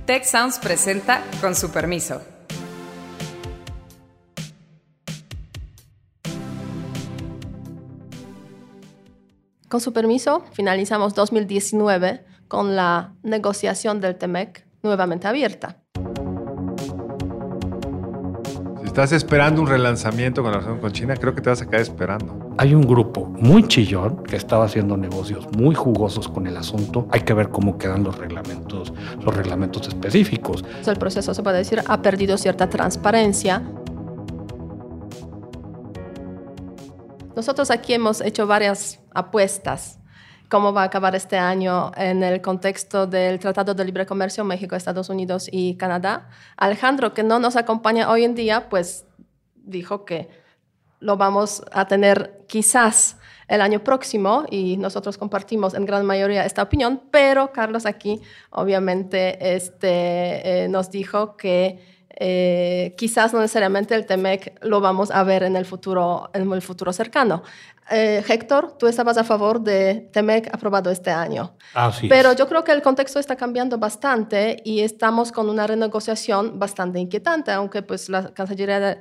Tech Sounds presenta Con su permiso. Con su permiso, finalizamos 2019 con la negociación del TEMEC nuevamente abierta. Si estás esperando un relanzamiento con la relación con China, creo que te vas a quedar esperando. Hay un grupo muy chillón que estaba haciendo negocios muy jugosos con el asunto. Hay que ver cómo quedan los reglamentos específicos. El proceso, se puede decir, ha perdido cierta transparencia. Nosotros aquí hemos hecho varias apuestas. ¿Cómo va a acabar este año en el contexto del Tratado de Libre Comercio México, Estados Unidos y Canadá? Alejandro, que no nos acompaña hoy en día, pues dijo que lo vamos a tener quizás el año próximo y nosotros compartimos en gran mayoría esta opinión, pero Carlos aquí obviamente nos dijo que quizás no necesariamente el TEMEC lo vamos a ver en el futuro cercano. Héctor, tú estabas a favor de TEMEC aprobado este año. Así Pero es. yo creo que el contexto está cambiando bastante y estamos con una renegociación bastante inquietante, aunque pues la Cancillería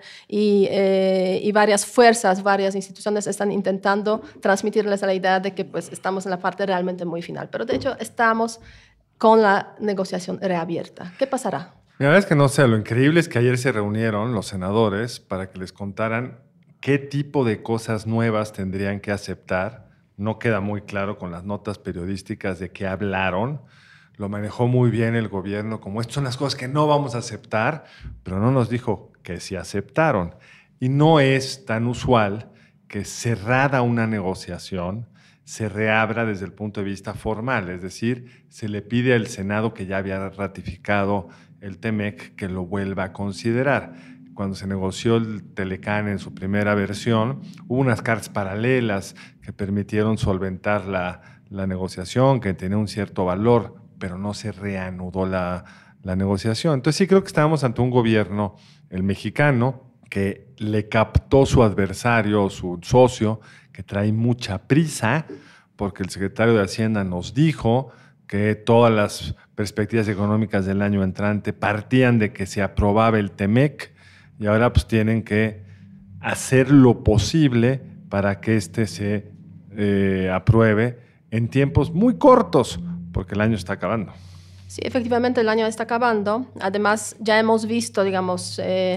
y varias fuerzas, varias instituciones están intentando transmitirles la idea de que pues estamos en la parte realmente muy final. Pero de hecho estamos con la negociación reabierta. ¿Qué pasará? La verdad es que no sé, lo increíble es que ayer se reunieron los senadores para que les contaran qué tipo de cosas nuevas tendrían que aceptar. No queda muy claro con las notas periodísticas de qué hablaron. Lo manejó muy bien el gobierno, como estas son las cosas que no vamos a aceptar, pero no nos dijo que sí aceptaron. Y no es tan usual que cerrada una negociación se reabra desde el punto de vista formal, es decir, se le pide al Senado que ya había ratificado el TEMEC que lo vuelva a considerar. Cuando se negoció el Telecán en su primera versión, hubo unas cartas paralelas que permitieron solventar la negociación, que tenía un cierto valor, pero no se reanudó la negociación. Entonces sí creo que estábamos ante un gobierno, el mexicano, que le captó su adversario, su socio, que trae mucha prisa, porque el secretario de Hacienda nos dijo que todas las perspectivas económicas del año entrante partían de que se aprobaba el TEMEC y ahora pues tienen que hacer lo posible para que se apruebe en tiempos muy cortos, porque el año está acabando. Sí, efectivamente el año está acabando. Además, ya hemos visto, digamos,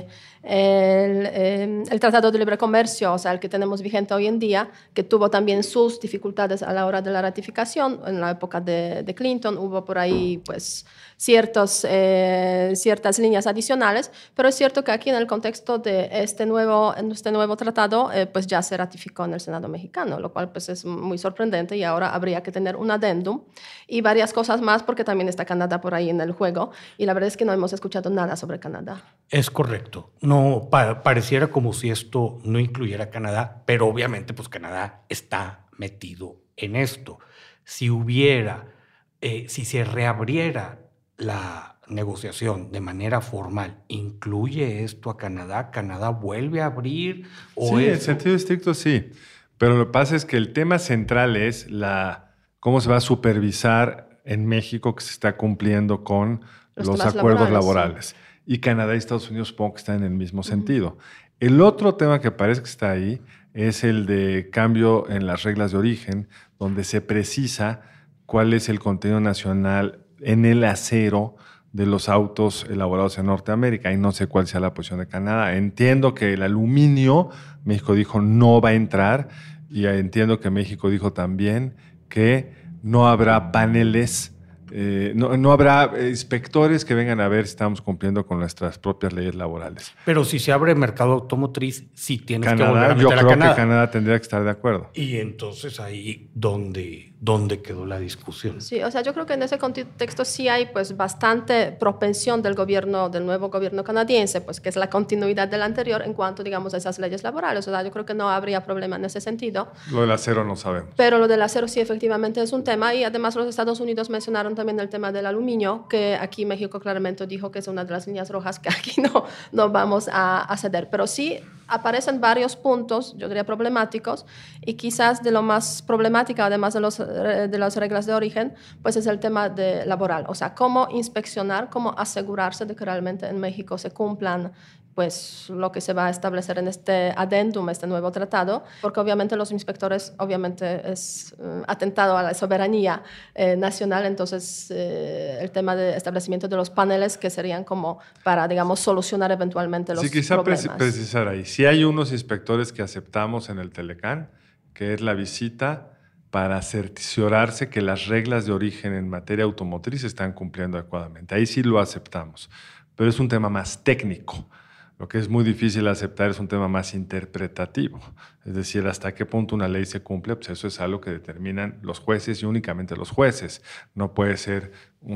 el Tratado de Libre Comercio, o sea, el que tenemos vigente hoy en día, que tuvo también sus dificultades a la hora de la ratificación. En la época de Clinton hubo por ahí, pues, ciertas líneas adicionales, pero es cierto que aquí en el contexto de este nuevo tratado, pues ya se ratificó en el Senado mexicano, lo cual pues es muy sorprendente y ahora habría que tener un adendum y varias cosas más porque también está Canadá por ahí en el juego y la verdad es que no hemos escuchado nada sobre Canadá. Es correcto. No, pareciera como si esto no incluyera a Canadá, pero obviamente pues Canadá está metido en esto. Si se reabriera la negociación de manera formal, ¿incluye esto a Canadá? ¿Canadá vuelve a abrir? Sí, en sentido estricto sí, pero lo que pasa es que el tema central es cómo se va a supervisar en México que se está cumpliendo con los acuerdos laborales. Sí. Y Canadá y Estados Unidos supongo que están en el mismo sentido. El otro tema que parece que está ahí es el de cambio en las reglas de origen, donde se precisa cuál es el contenido nacional en el acero de los autos elaborados en Norteamérica y no sé cuál sea la posición de Canadá. Entiendo que el aluminio, México dijo no va a entrar y entiendo que México dijo también que no habrá paneles, no habrá inspectores que vengan a ver si estamos cumpliendo con nuestras propias leyes laborales. Pero si se abre el mercado automotriz, sí tienes que volver a meter yo creo a Canadá. Que Canadá tendría que estar de acuerdo. Y entonces ahí, ¿dónde quedó la discusión? Sí, o sea, yo creo que en ese contexto sí hay pues bastante propensión del nuevo gobierno canadiense, pues que es la continuidad del anterior en cuanto, digamos, a esas leyes laborales. O sea, yo creo que no habría problema en ese sentido. Lo del acero no sabemos. Pero lo del acero sí efectivamente es un tema y además los Estados Unidos mencionaron también el tema del aluminio, que aquí México claramente dijo que es una de las líneas rojas que aquí no vamos a ceder. Pero sí aparecen varios puntos, yo diría problemáticos, y quizás de lo más problemático, además de las reglas de origen, pues es el tema laboral. O sea, cómo inspeccionar, cómo asegurarse de que realmente en México se cumplan pues lo que se va a establecer en este adendum, este nuevo tratado, porque obviamente los inspectores, obviamente es atentado a la soberanía nacional, entonces el tema de establecimiento de los paneles que serían como para, digamos, solucionar eventualmente los problemas. Sí, quizá precisar ahí. Si hay unos inspectores que aceptamos en el Telecán, que es la visita para cerciorarse que las reglas de origen en materia automotriz se están cumpliendo adecuadamente. Ahí sí lo aceptamos, pero es un tema más técnico. Lo que es muy difícil aceptar es un tema más interpretativo. Es decir, hasta qué punto una ley se cumple, pues eso es algo que determinan los jueces y únicamente los jueces. No puede ser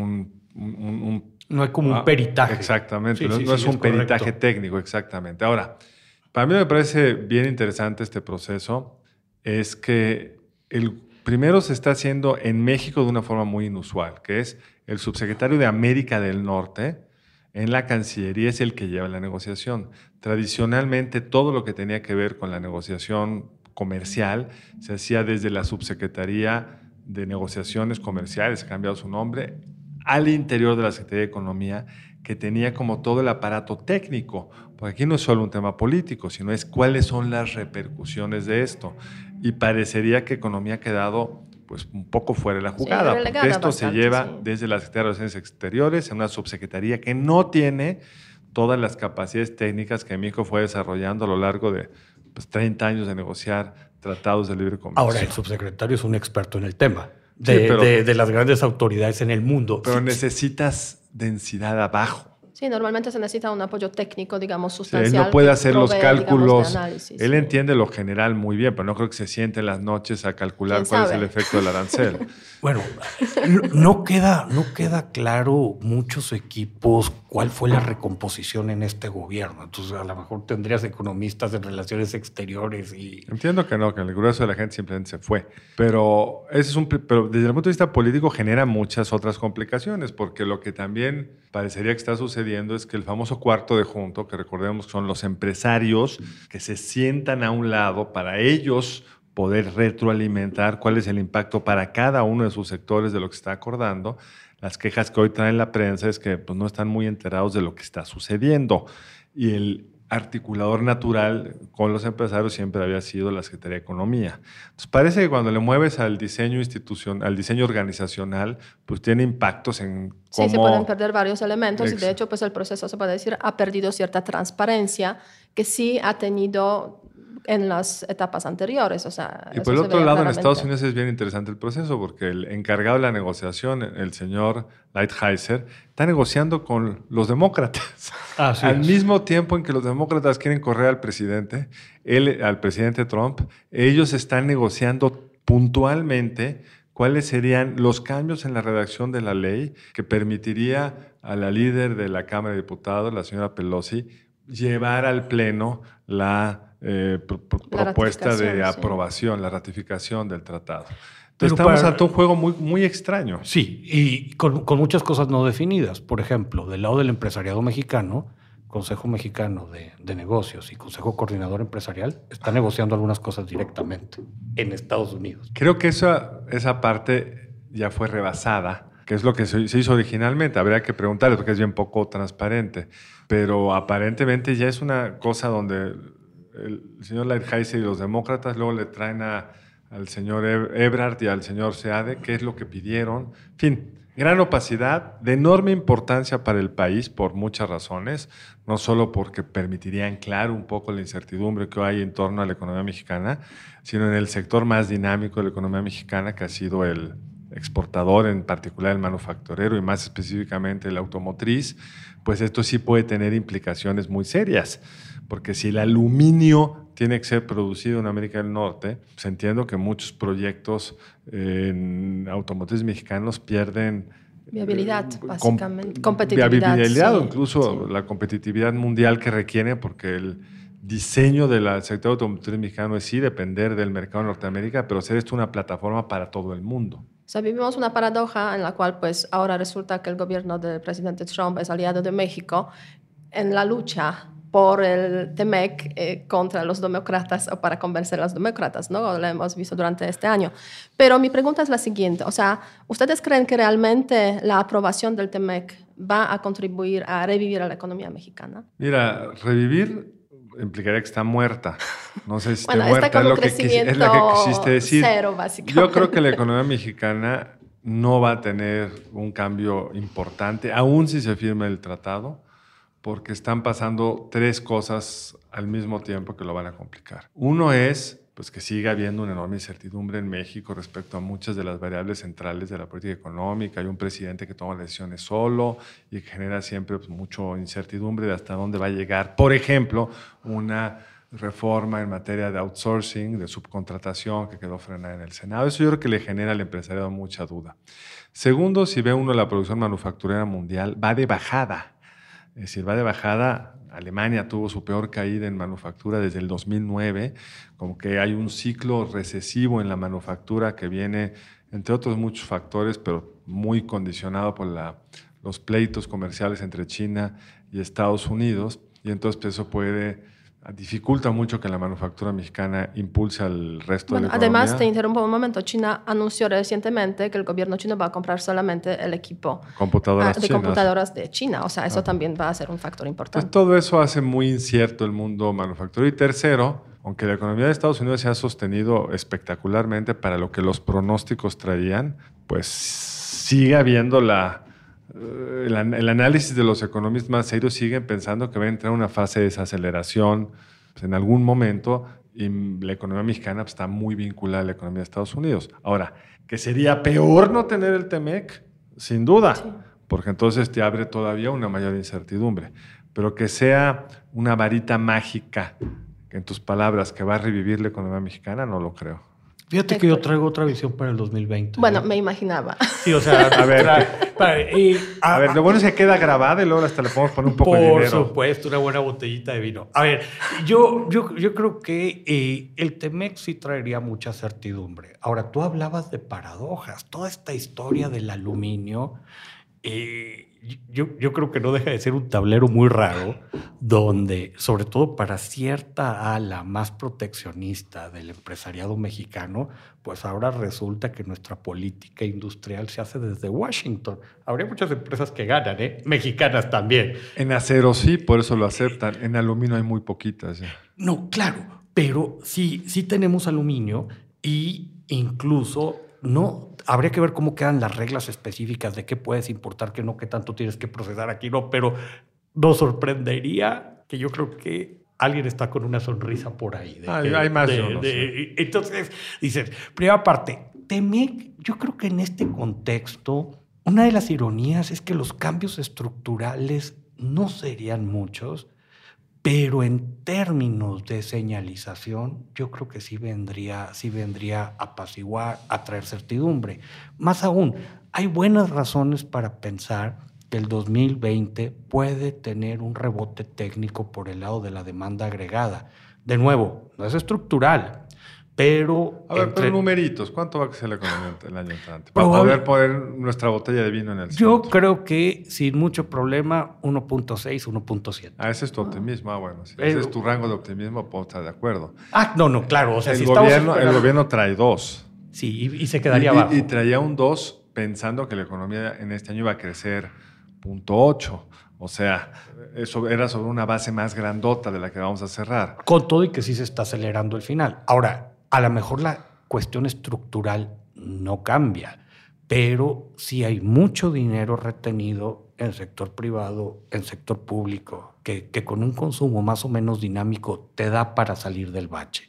no es como un peritaje. Exactamente, no es un peritaje técnico, exactamente. Ahora, para mí me parece bien interesante este proceso, es que primero se está haciendo en México de una forma muy inusual, que es el subsecretario de América del Norte en la Cancillería es el que lleva la negociación. Tradicionalmente, todo lo que tenía que ver con la negociación comercial se hacía desde la Subsecretaría de Negociaciones Comerciales, ha cambiado su nombre, al interior de la Secretaría de Economía, que tenía como todo el aparato técnico, porque aquí no es solo un tema político, sino es cuáles son las repercusiones de esto. Y parecería que Economía ha quedado pues un poco fuera de la jugada, porque esto bastante, se lleva desde la Secretaría de Relaciones Exteriores en una subsecretaría que no tiene todas las capacidades técnicas que México fue desarrollando a lo largo de 30 años de negociar tratados de libre comercio. Ahora, el subsecretario es un experto en el tema de las grandes autoridades en el mundo. Pero necesitas densidad abajo. Sí, normalmente se necesita un apoyo técnico, digamos, sustancial. Sí, él no puede hacer los cálculos. Análisis, él entiende lo general muy bien, pero no creo que se siente en las noches a calcular cuál es el efecto del arancel. Bueno, no queda claro muchos equipos cuál fue la recomposición en este gobierno. Entonces, a lo mejor tendrías economistas de relaciones exteriores y... Entiendo que no, que el grueso de la gente simplemente se fue. Pero, pero desde el punto de vista político genera muchas otras complicaciones, porque lo que también parecería que está sucediendo es que el famoso cuarto de junto, que recordemos que son los empresarios que se sientan a un lado para ellos poder retroalimentar cuál es el impacto para cada uno de sus sectores de lo que se está acordando. Las quejas que hoy trae la prensa es que pues, no están muy enterados de lo que está sucediendo. Y el articulador natural con los empresarios siempre había sido la Secretaría de Economía. Entonces parece que cuando le mueves al diseño institucional, al diseño organizacional, pues tiene impactos en cómo... Sí, se pueden perder varios elementos y de hecho pues el proceso, se puede decir, ha perdido cierta transparencia que sí ha tenido en las etapas anteriores. O sea, y por el otro lado, en Estados Unidos es bien interesante el proceso porque el encargado de la negociación, el señor Lighthizer, está negociando con los demócratas. Al mismo tiempo en que los demócratas quieren correr al presidente, al presidente Trump, ellos están negociando puntualmente cuáles serían los cambios en la redacción de la ley que permitiría a la líder de la Cámara de Diputados, la señora Pelosi, llevar al Pleno la propuesta de aprobación, la ratificación del tratado. Entonces estamos ante un juego muy, muy extraño. Sí, y con muchas cosas no definidas. Por ejemplo, del lado del empresariado mexicano, Consejo Mexicano de Negocios y Consejo Coordinador Empresarial están negociando algunas cosas directamente en Estados Unidos. Creo que esa parte ya fue rebasada, que es lo que se hizo originalmente. Habría que preguntarle porque es bien poco transparente. Pero aparentemente ya es una cosa donde el señor Lighthizer y los demócratas luego le traen al señor Ebrard y al señor Seade qué es lo que pidieron. En fin, gran opacidad, de enorme importancia para el país por muchas razones, no solo porque permitiría anclar un poco la incertidumbre que hay en torno a la economía mexicana, sino en el sector más dinámico de la economía mexicana, que ha sido el exportador, en particular el manufacturero y más específicamente el automotriz. Pues esto sí puede tener implicaciones muy serias, porque si el aluminio tiene que ser producido en América del Norte, pues entiendo que muchos proyectos en automotrices mexicanos pierden viabilidad, básicamente, competitividad. Viabilidad, sí, incluso sí, la competitividad mundial que requiere, porque el diseño del sector automotriz mexicano es sí depender del mercado de Norteamérica, pero hacer esto una plataforma para todo el mundo. O sea, vivimos una paradoja en la cual pues ahora resulta que el gobierno del presidente Trump es aliado de México en la lucha por el TEMEC contra los demócratas o para convencer a los demócratas, ¿no? Lo hemos visto durante este año. Pero mi pregunta es la siguiente, o sea, ¿ustedes creen que realmente la aprobación del TEMEC va a contribuir a revivir a la economía mexicana? Mira, revivir implicaría que está muerta. No sé si bueno, está muerta, está como es lo que quisiste decir. Cero, básicamente. Yo creo que la economía mexicana no va a tener un cambio importante, aun si se firme el tratado, porque están pasando 3 cosas al mismo tiempo que lo van a complicar. Uno es pues, que siga habiendo una enorme incertidumbre en México respecto a muchas de las variables centrales de la política económica. Hay un presidente que toma decisiones solo y que genera siempre pues, mucha incertidumbre de hasta dónde va a llegar. Por ejemplo, una reforma en materia de outsourcing, de subcontratación que quedó frenada en el Senado. Eso yo creo que le genera al empresariado mucha duda. Segundo, si ve uno la producción manufacturera mundial, va de bajada. Es decir, va de bajada. Alemania tuvo su peor caída en manufactura desde el 2009, como que hay un ciclo recesivo en la manufactura que viene, entre otros muchos factores, pero muy condicionado por los pleitos comerciales entre China y Estados Unidos, y entonces pues, eso dificulta mucho que la manufactura mexicana impulse al resto de la economía. Además, te interrumpo un momento. China anunció recientemente que el gobierno chino va a comprar solamente el equipo de computadoras de China. O sea, eso también va a ser un factor importante. Pues todo eso hace muy incierto el mundo manufacturero. Y tercero, aunque la economía de Estados Unidos se ha sostenido espectacularmente para lo que los pronósticos traían, pues sigue habiendo el análisis de los economistas más serios siguen pensando que va a entrar una fase de desaceleración pues, en algún momento y la economía mexicana pues, está muy vinculada a la economía de Estados Unidos. Ahora, ¿que sería peor no tener el TEMEC? Sin duda, sí. Porque entonces te abre todavía una mayor incertidumbre. Pero que sea una varita mágica, en tus palabras, que va a revivir la economía mexicana, no lo creo. Fíjate que yo traigo otra visión para el 2020. Bueno, me imaginaba. Sí, o sea, a ver, lo bueno es que queda grabada y luego hasta le podemos poner un poco de dinero. Por supuesto, una buena botellita de vino. A ver, yo creo que el TEMEC sí traería mucha certidumbre. Ahora, tú hablabas de paradojas. Toda esta historia del aluminio, yo creo que no deja de ser un tablero muy raro donde, sobre todo para cierta ala más proteccionista del empresariado mexicano, pues ahora resulta que nuestra política industrial se hace desde Washington. Habría muchas empresas que ganan, mexicanas también. En acero sí, por eso lo aceptan. En aluminio hay muy poquitas. No, claro, pero sí tenemos aluminio y incluso no, habría que ver cómo quedan las reglas específicas de qué puedes importar, qué no, qué tanto tienes que procesar aquí, no, pero nos sorprendería que yo creo que alguien está con una sonrisa por ahí. Hay más no sé. Entonces, dices, primera parte, TEMEC, yo creo que en este contexto, una de las ironías es que los cambios estructurales no serían muchos, pero en términos de señalización, yo creo que sí vendría a apaciguar, a traer certidumbre. Más aún, hay buenas razones para pensar que el 2020 puede tener un rebote técnico por el lado de la demanda agregada. De nuevo, no es estructural, pero... A ver, pero numeritos, ¿cuánto va a crecer la economía el año entrante? Para poder poner nuestra botella de vino en el centro. Yo creo que sin mucho problema 1.6, 1.7. Ese es tu optimismo. Bueno, si ese es tu rango de optimismo, puedo estar de acuerdo. No, claro. O sea, el gobierno trae 2. Sí, y se quedaría abajo. Y traía un 2 pensando que la economía en este año iba a crecer 0.8. O sea, eso era sobre una base más grandota de la que vamos a cerrar. Con todo y que sí se está acelerando el final. Ahora, a lo mejor la cuestión estructural no cambia, pero sí hay mucho dinero retenido en el sector privado, en el sector público, que con un consumo más o menos dinámico te da para salir del bache.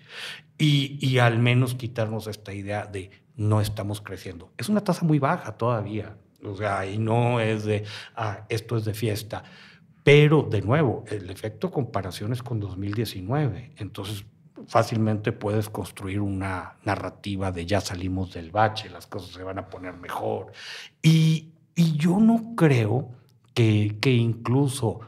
Y al menos quitarnos esta idea de no estamos creciendo. Es una tasa muy baja todavía, o sea, y no es de, esto es de fiesta. Pero, de nuevo, el efecto comparación es con 2019, entonces fácilmente puedes construir una narrativa de ya salimos del bache, las cosas se van a poner mejor. Y yo no creo que incluso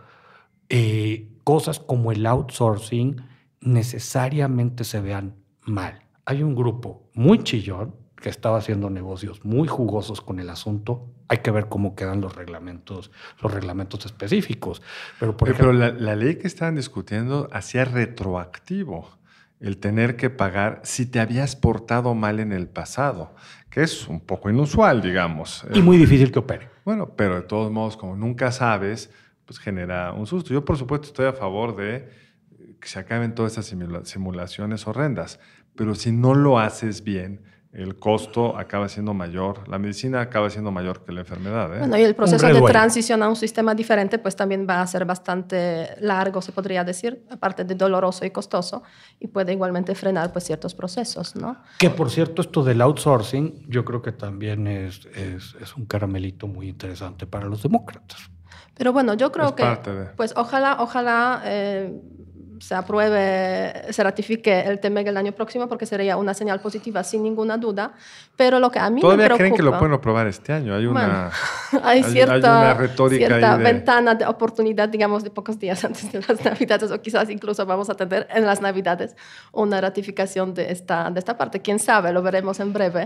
cosas como el outsourcing necesariamente se vean mal. Hay un grupo muy chillón que estaba haciendo negocios muy jugosos con el asunto. Hay que ver cómo quedan los reglamentos específicos. Pero, por ejemplo, la ley que estaban discutiendo hacía retroactivo el tener que pagar si te habías portado mal en el pasado, que es un poco inusual, digamos. Y muy difícil que opere. Bueno, pero de todos modos, como nunca sabes, pues genera un susto. Yo, por supuesto, estoy a favor de que se acaben todas estas simulaciones horrendas, pero si no lo haces bien, el costo acaba siendo mayor, la medicina acaba siendo mayor que la enfermedad. Bueno, y el proceso de transición a un sistema diferente pues también va a ser bastante largo, se podría decir, aparte de doloroso y costoso, y puede igualmente frenar pues ciertos procesos, ¿no? Que, por cierto, esto del outsourcing yo creo que también es un caramelito muy interesante para los demócratas. Pero bueno, yo creo que pues ojalá se apruebe, se ratifique el TEMEC el año próximo, porque sería una señal positiva sin ninguna duda. Pero lo que a mí me preocupa... ¿Todavía creen que lo pueden aprobar este año? Hay cierta retórica cierta ventana de oportunidad, digamos, de pocos días antes de las Navidades, o quizás incluso vamos a tener en las Navidades una ratificación de esta parte. ¿Quién sabe? Lo veremos en breve.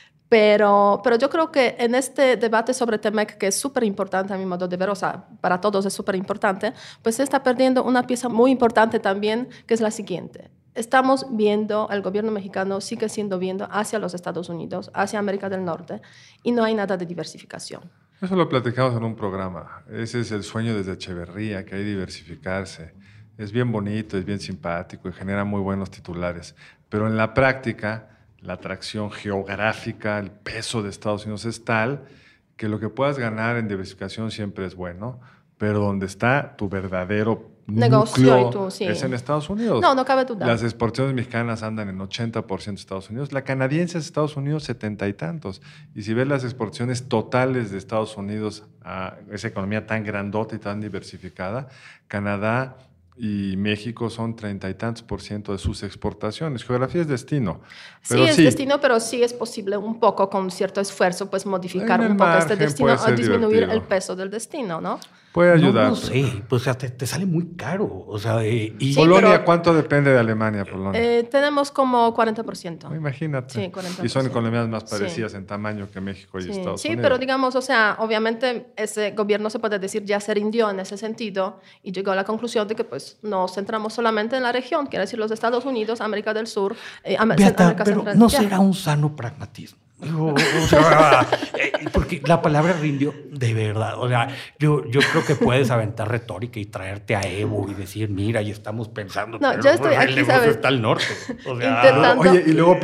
Pero yo creo que en este debate sobre TEMEC, que es súper importante a mi modo de ver, o sea, para todos es súper importante, pues se está perdiendo una pieza muy importante también, que es la siguiente. Estamos viendo, el gobierno mexicano sigue viendo hacia los Estados Unidos, hacia América del Norte, y no hay nada de diversificación. Eso lo platicamos en un programa. Ese es el sueño desde Echeverría, que hay que diversificarse. Es bien bonito, es bien simpático y genera muy buenos titulares. Pero en la práctica, la atracción geográfica, el peso de Estados Unidos es tal que lo que puedas ganar en diversificación siempre es bueno, pero donde está tu verdadero negocio sí. Es en Estados Unidos. No cabe duda. Las exportaciones mexicanas andan en 80% de Estados Unidos. La canadiense es Estados Unidos 70 y tantos. Y si ves las exportaciones totales de Estados Unidos a esa economía tan grandota y tan diversificada, Canadá y México son 30 y tantos % de sus exportaciones. Geografía es destino. Pero sí, es destino, pero sí es posible un poco con cierto esfuerzo pues modificar un poco este destino o disminuir el peso del destino, ¿no? Puede ayudar. No sé, pues, o sea, te sale muy caro. O sea, y Polonia, pero, ¿cuánto depende de Alemania, Polonia? Tenemos como 40%. Imagínate. Sí, 40%. Y son economías más parecidas en tamaño que México y Estados Unidos. Sí, pero digamos, o sea, obviamente ese gobierno se puede decir ya se rindió en ese sentido y llegó a la conclusión de que pues nos centramos solamente en la región, quiere decir los Estados Unidos, América del Sur, América Central. Pero no será un sano pragmatismo. O sea, porque la palabra rindió, de verdad, o sea, yo creo que puedes aventar retórica y traerte a Evo y decir, mira, y estamos pensando, no, pero yo estoy aquí, el ¿sabes? está al norte. O sea, intentando... Oye, y luego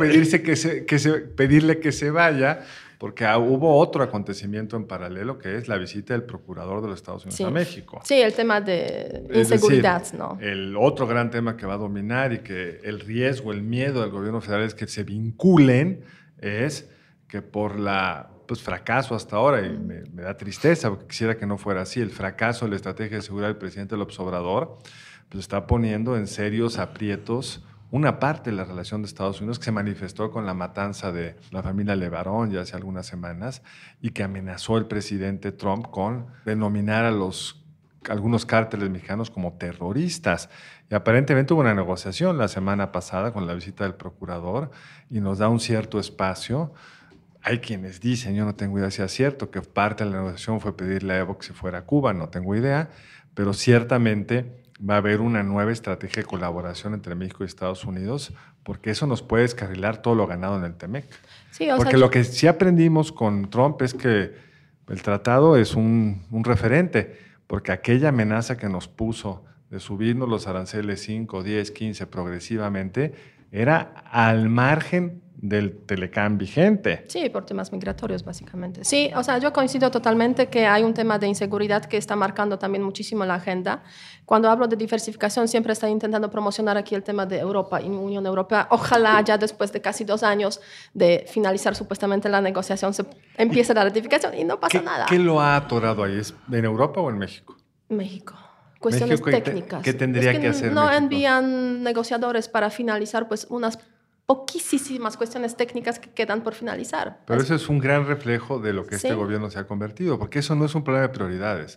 pedirle que se vaya, porque hubo otro acontecimiento en paralelo, que es la visita del procurador de los Estados Unidos a México. Sí, el tema de inseguridad, es decir, ¿no? El otro gran tema que va a dominar y que el riesgo, el miedo del gobierno federal es que se vinculen, es que por fracaso hasta ahora, y me da tristeza porque quisiera que no fuera así, el fracaso de la estrategia de seguridad del presidente López Obrador, pues está poniendo en serios aprietos una parte de la relación de Estados Unidos que se manifestó con la matanza de la familia Levarón ya hace algunas semanas y que amenazó el presidente Trump con denominar a algunos cárteles mexicanos como terroristas. Y aparentemente hubo una negociación la semana pasada con la visita del procurador y nos da un cierto espacio. Hay quienes dicen, yo no tengo idea si es cierto, que parte de la negociación fue pedirle a Evo que se fuera a Cuba, no tengo idea, pero ciertamente va a haber una nueva estrategia de colaboración entre México y Estados Unidos, porque eso nos puede descarrilar todo lo ganado en el TEMEC. Sí, porque lo que sí aprendimos con Trump es que el tratado es un referente, porque aquella amenaza que nos puso de subirnos los aranceles 5, 10, 15 progresivamente, era al margen del Telecán vigente. Sí, por temas migratorios, básicamente. Sí, o sea, yo coincido totalmente que hay un tema de inseguridad que está marcando también muchísimo la agenda. Cuando hablo de diversificación, siempre estoy intentando promocionar aquí el tema de Europa y Unión Europea. Ojalá ya después de casi 2 años de finalizar supuestamente la negociación se empiece la ratificación y no pasa nada. ¿Qué lo ha atorado ahí? ¿Es en Europa o en México? México. Cuestiones técnicas. ¿Qué tendría que hacer no México? Envían negociadores para finalizar pues unas poquísimas cuestiones técnicas que quedan por finalizar. Pero eso es un gran reflejo de lo que este gobierno se ha convertido, porque eso no es un problema de prioridades.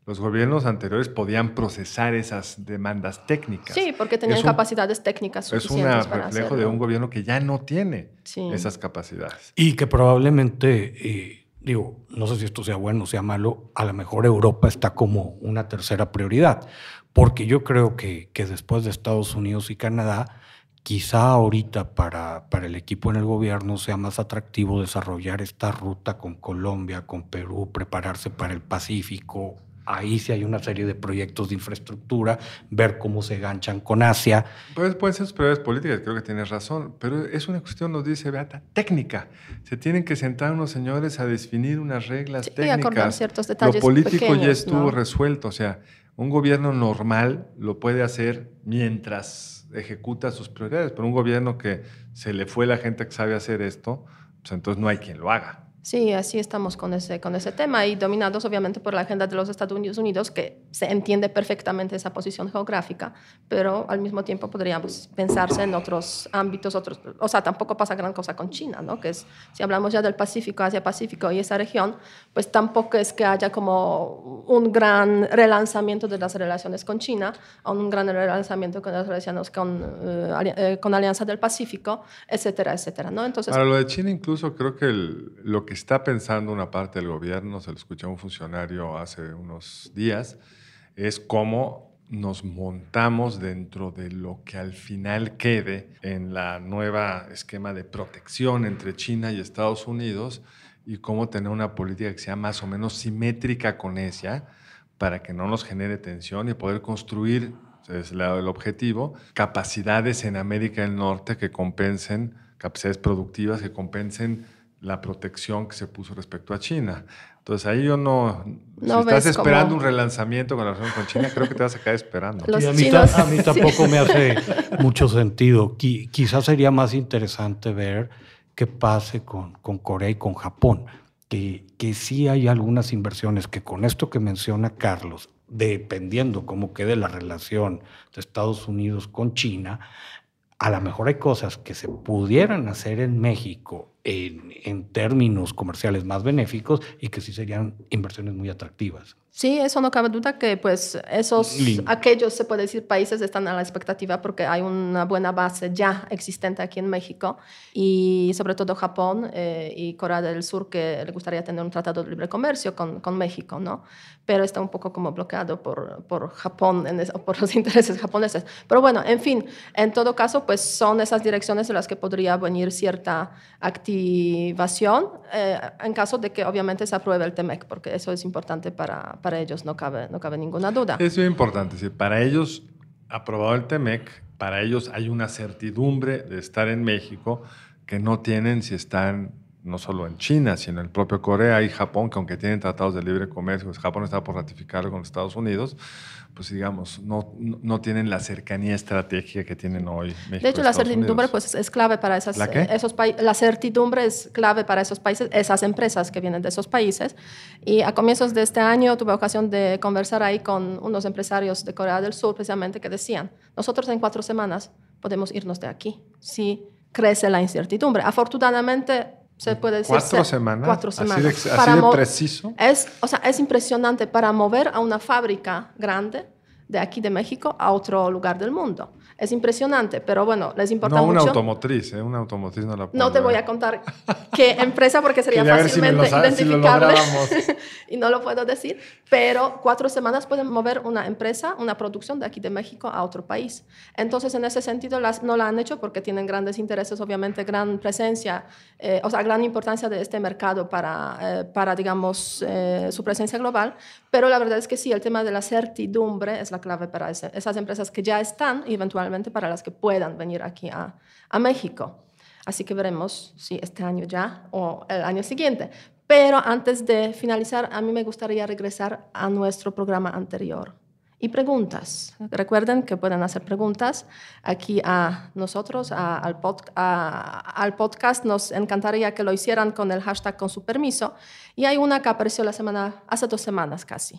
los gobiernos anteriores podían procesar esas demandas técnicas. Sí, porque tenían capacidades técnicas suficientes para hacerlo. Es un reflejo de un gobierno que ya no tiene sí. esas capacidades. Y que probablemente, no sé si esto sea bueno o sea malo, a lo mejor Europa está como una tercera prioridad, porque yo creo que después de Estados Unidos y Canadá, quizá ahorita para el equipo en el gobierno sea más atractivo desarrollar esta ruta con Colombia, con Perú, prepararse para el Pacífico. Ahí sí hay una serie de proyectos de infraestructura, ver cómo se ganchan con Asia. Pues pueden ser sus prioridades políticas, creo que tienes razón, pero es una cuestión, nos dice Beata, técnica. Se tienen que sentar unos señores a definir unas reglas técnicas. Y acordar ciertos detalles. Lo político pequeños, ya estuvo ¿no? resuelto, o sea, un gobierno normal lo puede hacer mientras ejecuta sus prioridades, pero un gobierno que se le fue la gente que sabe hacer esto, pues entonces no hay quien lo haga. Sí, así estamos con ese tema y dominados obviamente por la agenda de los Estados Unidos, que se entiende perfectamente esa posición geográfica, pero al mismo tiempo podríamos pensarse en otros ámbitos, o sea, tampoco pasa gran cosa con China, ¿no? Que es, si hablamos ya del Pacífico, Asia-Pacífico y esa región, pues tampoco es que haya como un gran relanzamiento de las relaciones con China, o un gran relanzamiento con las relaciones con Alianza del Pacífico, etcétera, etcétera, ¿no? Entonces, para lo de China incluso creo que lo que está pensando una parte del gobierno, se lo escuché a un funcionario hace unos días, es cómo nos montamos dentro de lo que al final quede en la nueva esquema de protección entre China y Estados Unidos y cómo tener una política que sea más o menos simétrica con ella para que no nos genere tensión y poder construir, es el objetivo, capacidades en América del Norte que compensen, capacidades productivas que compensen la protección que se puso respecto a China. Entonces ahí yo no si estás esperando un relanzamiento con la relación con China, creo que te vas a quedar esperando. A mí tampoco me hace mucho sentido. Quizás sería más interesante ver qué pase con Corea y con Japón, que sí hay algunas inversiones que con esto que menciona Carlos, dependiendo cómo quede la relación de Estados Unidos con China, a lo mejor hay cosas que se pudieran hacer en México en términos comerciales más benéficos y que sí serían inversiones muy atractivas. Sí, eso no cabe duda que pues aquellos, se puede decir, países están a la expectativa porque hay una buena base ya existente aquí en México y sobre todo Japón y Corea del Sur que le gustaría tener un tratado de libre comercio con México, ¿no? Pero está un poco como bloqueado por Japón, por los intereses japoneses. Pero bueno, en fin, en todo caso, pues son esas direcciones en las que podría venir cierta activación en caso de que obviamente se apruebe el TEMEC, porque eso es importante para ellos, no cabe ninguna duda. Es muy importante, sí, para ellos, aprobado el TEMEC, para ellos hay una certidumbre de estar en México que no tienen si están no solo en China, sino en el propio Corea y Japón, que aunque tienen tratados de libre comercio, pues Japón está por ratificarlo con los Estados Unidos, pues digamos, no tienen la cercanía estratégica que tienen hoy México. De hecho, la certidumbre pues, es clave para esos países. La certidumbre es clave para esos países, esas empresas que vienen de esos países. Y a comienzos de este año tuve ocasión de conversar ahí con unos empresarios de Corea del Sur, precisamente, que decían, nosotros en 4 semanas podemos irnos de aquí si crece la incertidumbre. Afortunadamente, se puede decir 4 semanas. 4 semanas. Así de preciso. Es impresionante para mover a una fábrica grande de aquí de México a otro lugar del mundo. Es impresionante, pero bueno, les importa mucho. No una automotriz, una automotriz no la puedo. No te voy a contar qué empresa porque sería fácilmente identificable y no lo puedo decir, pero 4 semanas pueden mover una empresa, una producción de aquí de México a otro país. Entonces, en ese sentido, no la han hecho porque tienen grandes intereses, obviamente, gran presencia, o sea, gran importancia de este mercado para digamos, su presencia global, pero la verdad es que sí, el tema de la certidumbre es la clave para esas empresas que ya están y eventualmente para las que puedan venir aquí a México. Así que veremos si este año ya o el año siguiente. Pero antes de finalizar, a mí me gustaría regresar a nuestro programa anterior. Y preguntas. Recuerden que pueden hacer preguntas aquí a nosotros, al podcast. Nos encantaría que lo hicieran con el hashtag con su permiso. Y hay una que apareció hace 2 semanas casi.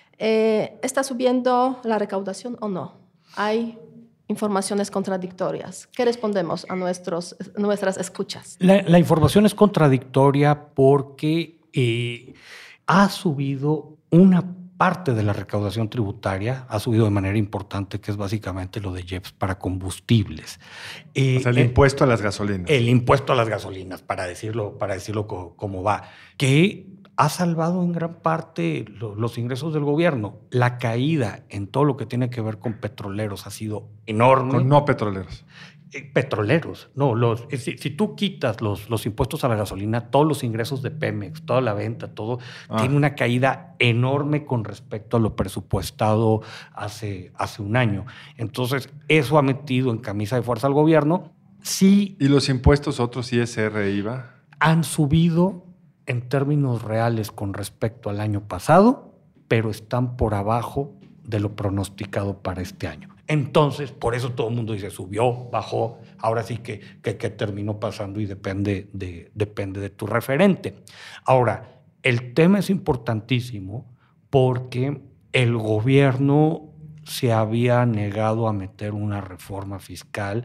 ¿Está subiendo la recaudación o no? Hay informaciones contradictorias. ¿Qué respondemos a nuestras escuchas? La información es contradictoria porque ha subido una parte de la recaudación tributaria ha subido de manera importante, que es básicamente lo de IEPS para combustibles. O sea, el impuesto a las gasolinas. El impuesto a las gasolinas, para decirlo como va, que ha salvado en gran parte los ingresos del gobierno. La caída en todo lo que tiene que ver con petroleros ha sido enorme. Con no petroleros. Petroleros, no. Si tú quitas los impuestos a la gasolina, todos los ingresos de Pemex, toda la venta, todo, tiene una caída enorme con respecto a lo presupuestado hace un año. Entonces, eso ha metido en camisa de fuerza al gobierno. Sí. ¿Y los impuestos otros, ISR, IVA? Han subido en términos reales con respecto al año pasado, pero están por abajo de lo pronosticado para este año. Entonces, por eso todo el mundo dice, subió, bajó, ahora sí que terminó pasando y depende de tu referente. Ahora, el tema es importantísimo porque el gobierno se había negado a meter una reforma fiscal.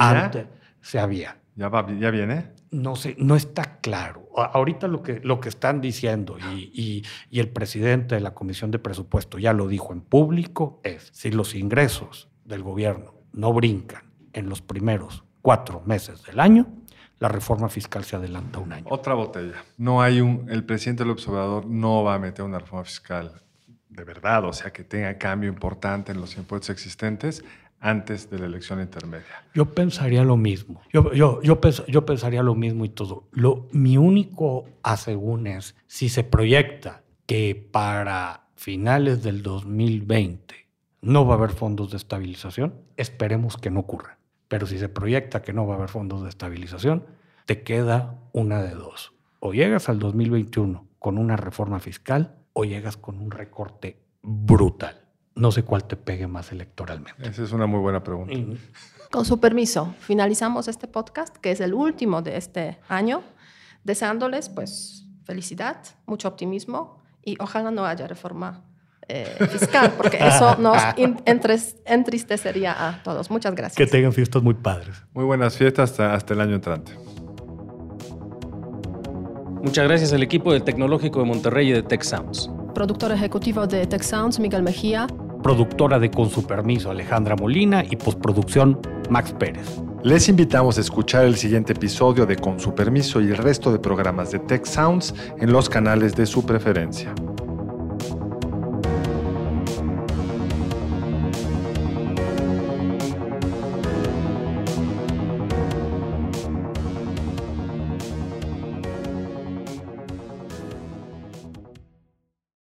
¿Se había? ¿Ya viene? No sé, no está claro. Ahorita lo que están diciendo y el presidente de la Comisión de Presupuesto ya lo dijo en público es, si los ingresos del gobierno no brincan en los primeros 4 meses del año, la reforma fiscal se adelanta un año. Otra botella. El presidente López Obrador no va a meter una reforma fiscal de verdad, o sea, que tenga cambio importante en los impuestos existentes antes de la elección intermedia. Yo pensaría lo mismo. Yo pensaría lo mismo y todo. Mi único asegún es, si se proyecta que para finales del 2020 no va a haber fondos de estabilización, esperemos que no ocurra. Pero si se proyecta que no va a haber fondos de estabilización, te queda una de dos. O llegas al 2021 con una reforma fiscal o llegas con un recorte brutal. No sé cuál te pegue más electoralmente. Esa es una muy buena pregunta. Con su permiso, finalizamos este podcast, que es el último de este año, deseándoles pues felicidad, mucho optimismo y ojalá no haya reforma fiscal, porque eso nos entristecería a todos. Muchas gracias. Que tengan fiestas muy padres. Muy buenas fiestas hasta el año entrante. Muchas gracias al equipo del Tecnológico de Monterrey y de Tech Sounds. Productor ejecutivo de Tech Sounds, Miguel Mejía. Productora de Con su permiso, Alejandra Molina, y postproducción, Max Pérez. Les invitamos a escuchar el siguiente episodio de Con su permiso y el resto de programas de Tech Sounds en los canales de su preferencia.